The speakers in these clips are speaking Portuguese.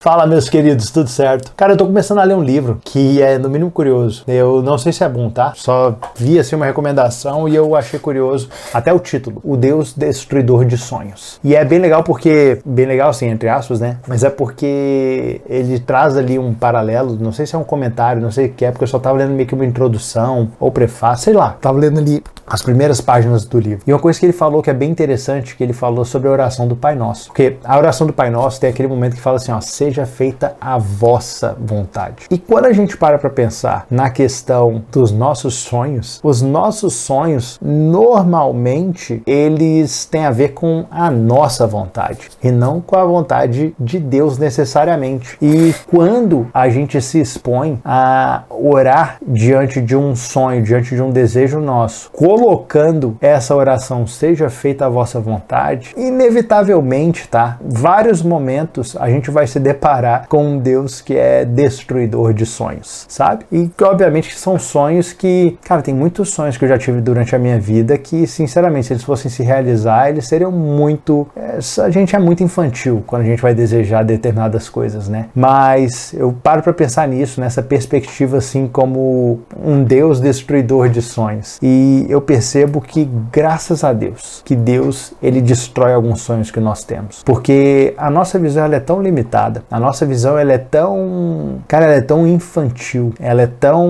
Fala, meus queridos, tudo certo? Cara, eu tô começando a ler um livro que é, no mínimo, curioso. Eu não sei se é bom, tá? Só vi, assim, uma recomendação e eu achei curioso. Até o título, O Deus Destruidor de Sonhos. E é bem legal porque... Bem legal, assim, entre aspas, né? Mas é porque ele traz ali um paralelo, não sei se é um comentário, não sei o que é, porque eu só tava lendo meio que uma introdução ou prefácio, sei lá. Tava lendo ali as primeiras páginas do livro. E uma coisa que ele falou que é bem interessante, que ele falou sobre a oração do Pai Nosso. Porque a oração do Pai Nosso tem aquele momento que fala assim, ó, seja feita a vossa vontade. E quando a gente para pensar na questão dos nossos sonhos, os nossos sonhos, normalmente, eles têm a ver com a nossa vontade, e não com a vontade de Deus necessariamente. E quando a gente se expõe a orar diante de um sonho, diante de um desejo nosso, colocando essa oração, seja feita a vossa vontade, inevitavelmente, tá? Vários momentos a gente vai se deparar com um Deus que é destruidor de sonhos, sabe? E que, obviamente, são sonhos que, cara, tem muitos sonhos que eu já tive durante a minha vida que, sinceramente, se eles fossem se realizar, eles seriam muito... A gente é muito infantil quando a gente vai desejar determinadas coisas, né? Mas eu paro pra pensar nisso, nessa perspectiva, assim, como um Deus destruidor de sonhos. E eu percebo que, graças a Deus, que Deus, ele destrói alguns sonhos que nós temos. Porque a nossa visão, ela é tão limitada, a nossa visão, ela é tão... Cara, ela é tão infantil, ela é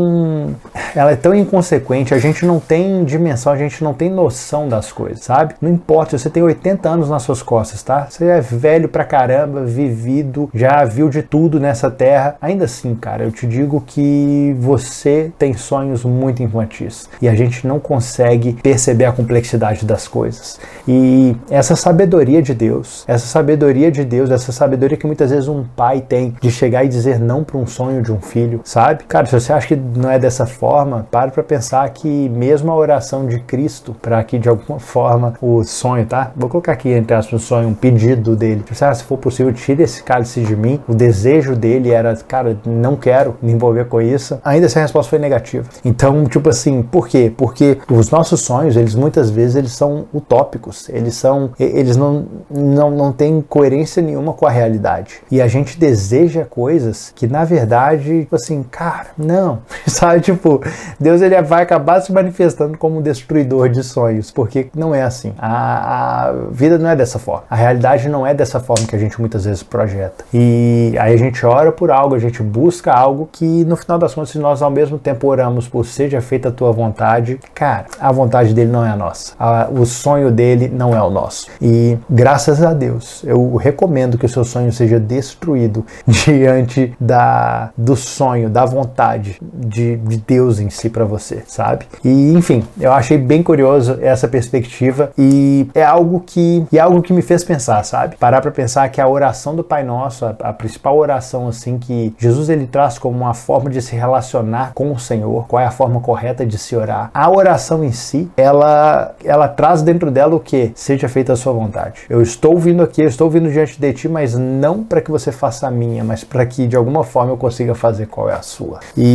tão inconsequente, a gente não tem dimensão, a gente não tem noção das coisas, sabe? Não importa, você tem 80 anos nas suas costas, tá? Você é velho pra caramba, vivido, já viu de tudo nessa terra. Ainda assim, cara, eu te digo que você tem sonhos muito infantis. E a gente não consegue perceber a complexidade das coisas. E essa sabedoria de Deus, essa sabedoria que muitas vezes um pai tem de chegar e dizer não para um sonho de um filho, sabe? Cara, se você acha que não é dessa forma, pare para pensar que mesmo a oração de Cristo, para que de alguma forma o sonho, tá? Vou colocar aqui entre aspas um sonho, um pedido dele. Se for possível, tire esse cálice de mim. O desejo dele era, cara, não quero me envolver com isso. Ainda assim a resposta foi negativa. Então, tipo assim, por quê? Porque os nossos sonhos, eles muitas vezes eles são utópicos. Eles não têm coerência nenhuma com a realidade. E a gente deseja coisas que, na verdade, tipo assim, cara, não. Sabe, tipo, Deus ele vai acabar se manifestando como um destruidor de sonhos, porque não é assim. A vida não é dessa forma. A realidade não é dessa forma que a gente muitas vezes projeta. E aí a gente ora por algo, a gente busca algo que, no final das contas, se nós ao mesmo tempo oramos por seja feita a tua vontade, cara, a vontade dele não é a nossa. O sonho dele não é o nosso. E, graças a Deus, eu recomendo que o seu sonho seja destruído diante do sonho, da vontade de Deus em si para você, sabe? E, enfim, eu achei bem curioso essa perspectiva e é algo que me fez pensar, sabe? Parar para pensar que a oração do Pai Nosso, a principal oração, assim, que Jesus ele traz como uma forma de se relacionar com o Senhor, qual é a forma correta de se orar. A oração em si, ela traz dentro dela o que? Seja feita a sua vontade. Eu estou vindo aqui, eu estou vindo diante de ti, mas não para que você faça a minha, mas para que de alguma forma eu consiga fazer qual é a sua.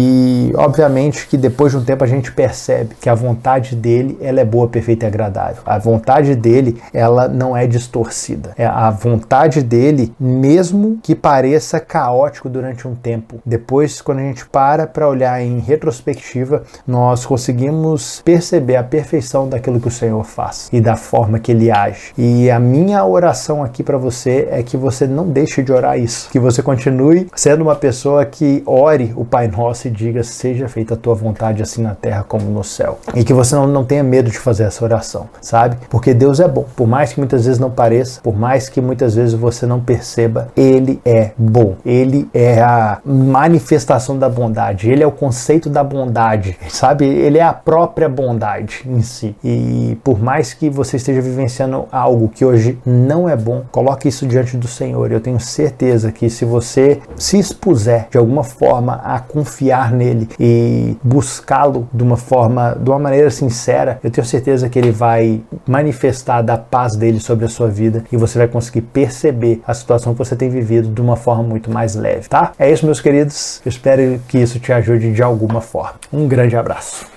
E obviamente que depois de um tempo a gente percebe que a vontade dele, ela é boa, perfeita e agradável. A vontade dele, ela não é distorcida. A vontade dele, mesmo que pareça caótico durante um tempo, depois quando a gente para olhar em retrospectiva, nós conseguimos perceber a perfeição daquilo que o Senhor faz e da forma que ele age. E a minha oração aqui para você é que você não deixe de orar isso, que você continue sendo uma pessoa que ore o Pai Nosso e diga, seja feita a tua vontade assim na terra como no céu. E que você não tenha medo de fazer essa oração, sabe? Porque Deus é bom. Por mais que muitas vezes não pareça, por mais que muitas vezes você não perceba, ele é bom. Ele é a manifestação da bondade. Ele é o conceito da bondade, sabe? Ele é a própria bondade em si. E por mais que você esteja vivenciando algo que hoje não é bom, coloque isso diante do Senhor. Eu tenho certeza que se você se expuser de alguma forma a confiar nele e buscá-lo de uma maneira sincera, eu tenho certeza que ele vai manifestar da paz dele sobre a sua vida e você vai conseguir perceber a situação que você tem vivido de uma forma muito mais leve, tá? É isso, meus queridos. Eu espero que isso te ajude de alguma forma. Um grande abraço.